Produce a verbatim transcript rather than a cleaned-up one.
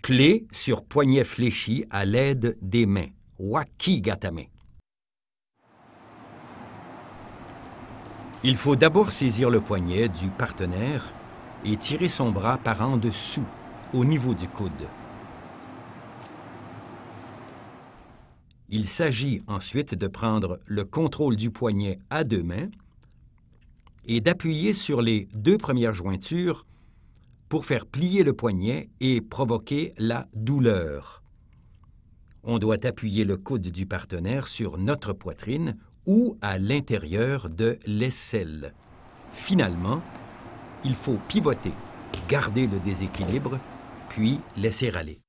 Clé sur poignet fléchi à l'aide des mains. Wakigatame. Il faut d'abord saisir le poignet du partenaire et tirer son bras par en dessous, au niveau du coude. Il s'agit ensuite de prendre le contrôle du poignet à deux mains et d'appuyer sur les deux premières jointures pour faire plier le poignet et provoquer la douleur. On doit appuyer le coude du partenaire sur notre poitrine ou à l'intérieur de l'aisselle. Finalement, il faut pivoter, garder le déséquilibre, puis laisser aller.